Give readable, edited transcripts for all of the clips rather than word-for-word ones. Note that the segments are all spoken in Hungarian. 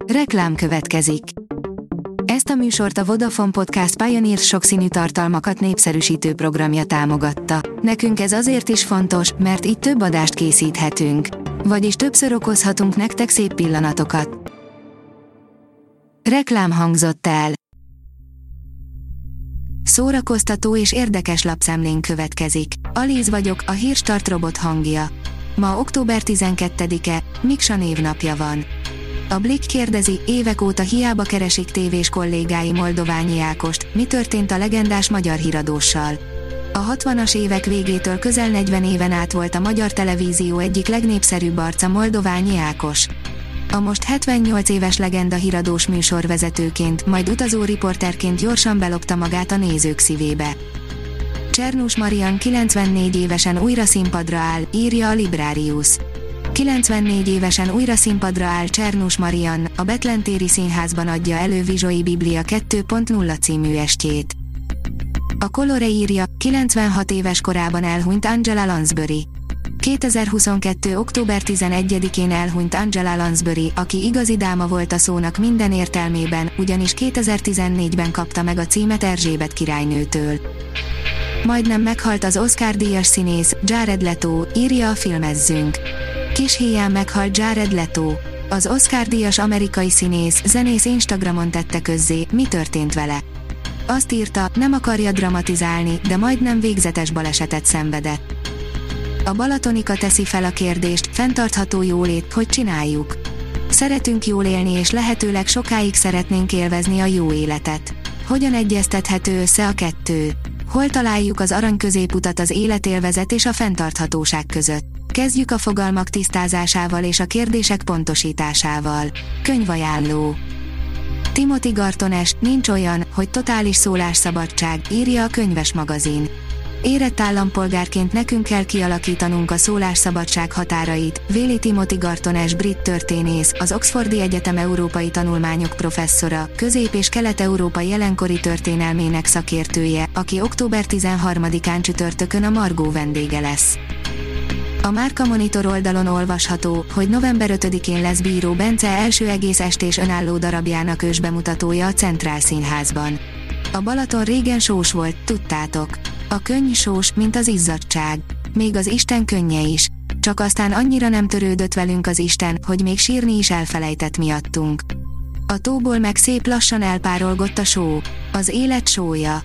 Reklám következik. Ezt a műsort a Vodafone Podcast Pioneer sokszínű tartalmakat népszerűsítő programja támogatta. Nekünk ez azért is fontos, mert így több adást készíthetünk. Vagyis többször okozhatunk nektek szép pillanatokat. Reklám hangzott el. Szórakoztató és érdekes lapszemlén következik. Alíz vagyok, a Hírstart robot hangja. Ma október 12-e, Miksa névnapja van. A Blick kérdezi, évek óta hiába keresik tévés kollégái Moldoványi Ákost, mi történt a legendás magyar híradóssal. A 60-as évek végétől közel 40 éven át volt a magyar televízió egyik legnépszerűbb arca Moldoványi Ákos. A most 78 éves legenda híradós műsorvezetőként, majd utazó riporterként gyorsan belopta magát a nézők szívébe. Csernus Marian 94 évesen újra színpadra áll, írja a Librarius. 94 évesen újra színpadra áll Csernus Marian, a Betlentéri Színházban adja elő Vizsói Biblia 2.0 című estjét. A Colore írja, 96 éves korában elhunyt Angela Lansbury. 2022. október 11-én elhunyt Angela Lansbury, aki igazi dáma volt a szónak minden értelmében, ugyanis 2014-ben kapta meg a címet Erzsébet királynőtől. Majdnem meghalt az Oscar-díjas színész, Jared Leto, írja a Filmezzünk. Kis híján meghalt Jared Leto. Az Oscar-díjas amerikai színész, zenész Instagramon tette közzé, mi történt vele. Azt írta, nem akarja dramatizálni, de majdnem végzetes balesetet szenvedett. A Balatonika teszi fel a kérdést, fenntartható jólét, hogy csináljuk. Szeretünk jól élni és lehetőleg sokáig szeretnénk élvezni a jó életet. Hogyan egyeztethető össze a kettő? Hol találjuk az arany középutat az életélvezet és a fenntarthatóság között? Kezdjük a fogalmak tisztázásával és a kérdések pontosításával. Könyvajánló. Timothy Garton-es, nincs olyan, hogy totális szólásszabadság, írja a Könyves magazin. Érett állampolgárként nekünk kell kialakítanunk a szólásszabadság határait, véli Timothy Garton-es brit történész, az Oxfordi Egyetem európai tanulmányok professzora, közép- és kelet-európa jelenkori történelmének szakértője, aki október 13-án csütörtökön a Margó vendége lesz. A Márka Monitor oldalon olvasható, hogy november 5-én lesz Bíró Bence első egész estés önálló darabjának ősbemutatója a Centrál Színházban. A Balaton régen sós volt, tudtátok. A könny sós, mint az izzadtság. Még az Isten könnye is. Csak aztán annyira nem törődött velünk az Isten, hogy még sírni is elfelejtett miattunk. A tóból meg szép lassan elpárolgott a só. Az élet sója.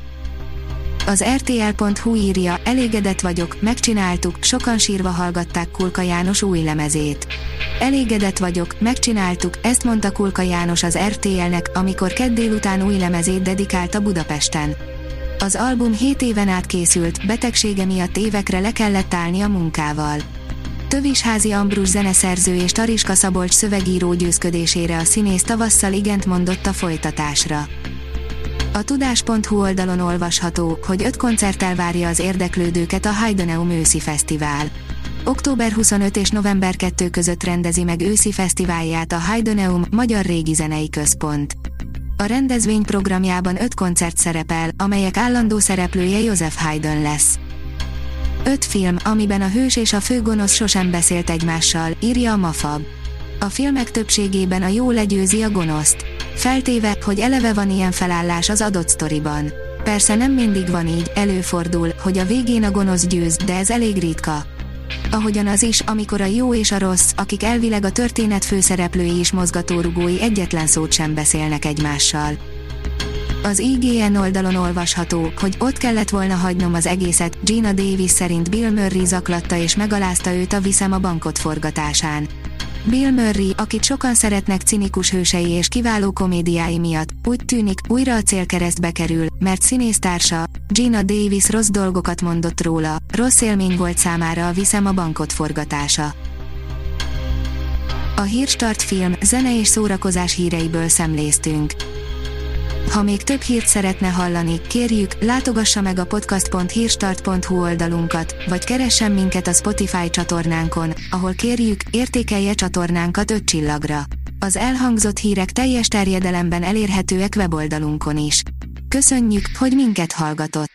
Az RTL.hu írja, elégedett vagyok, megcsináltuk, sokan sírva hallgatták Kulka János új lemezét. Elégedett vagyok, megcsináltuk, ezt mondta Kulka János az RTL-nek, amikor kedd délután új lemezét dedikálta Budapesten. Az album 7 éven át készült, betegsége miatt évekre le kellett állni a munkával. Tövisházi Ambrus zeneszerző és Tariska Szabolcs szövegíró győzködésére a színész tavasszal igent mondott a folytatásra. A tudás.hu oldalon olvasható, hogy 5 koncerttel várja az érdeklődőket a Heideneum őszi fesztivál. Október 25 és november 2 között rendezi meg őszi fesztiválját a Heideneum, Magyar Régi Zenei Központ. A rendezvény programjában 5 koncert szerepel, amelyek állandó szereplője Joseph Haydn lesz. 5 film, amiben a hős és a főgonosz sosem beszélt egymással, írja a Mafab. A filmek többségében a jó legyőzi a gonoszt. Feltéve, hogy eleve van ilyen felállás az adott sztoriban. Persze nem mindig van így, előfordul, hogy a végén a gonosz győz, de ez elég ritka. Ahogyan az is, amikor a jó és a rossz, akik elvileg a történet főszereplői és mozgatórugói egyetlen szót sem beszélnek egymással. Az IGN oldalon olvasható, hogy ott kellett volna hagynom az egészet, Gina Davis szerint Bill Murray zaklatta és megalázta őt a Viszem a bankot forgatásán. Bill Murray, akit sokan szeretnek cinikus hősei és kiváló komédiái miatt, úgy tűnik, újra a célkeresztbe kerül, mert színésztársa, Gina Davis rossz dolgokat mondott róla, rossz élmény volt számára a Viszem a bankot forgatása. A Hírstart film, zene és szórakozás híreiből szemléztünk. Ha még több hírt szeretne hallani, kérjük, látogassa meg a podcast.hírstart.hu oldalunkat, vagy keressen minket a Spotify csatornánkon, ahol kérjük, értékelje csatornánkat 5 csillagra. Az elhangzott hírek teljes terjedelemben elérhetőek weboldalunkon is. Köszönjük, hogy minket hallgatott!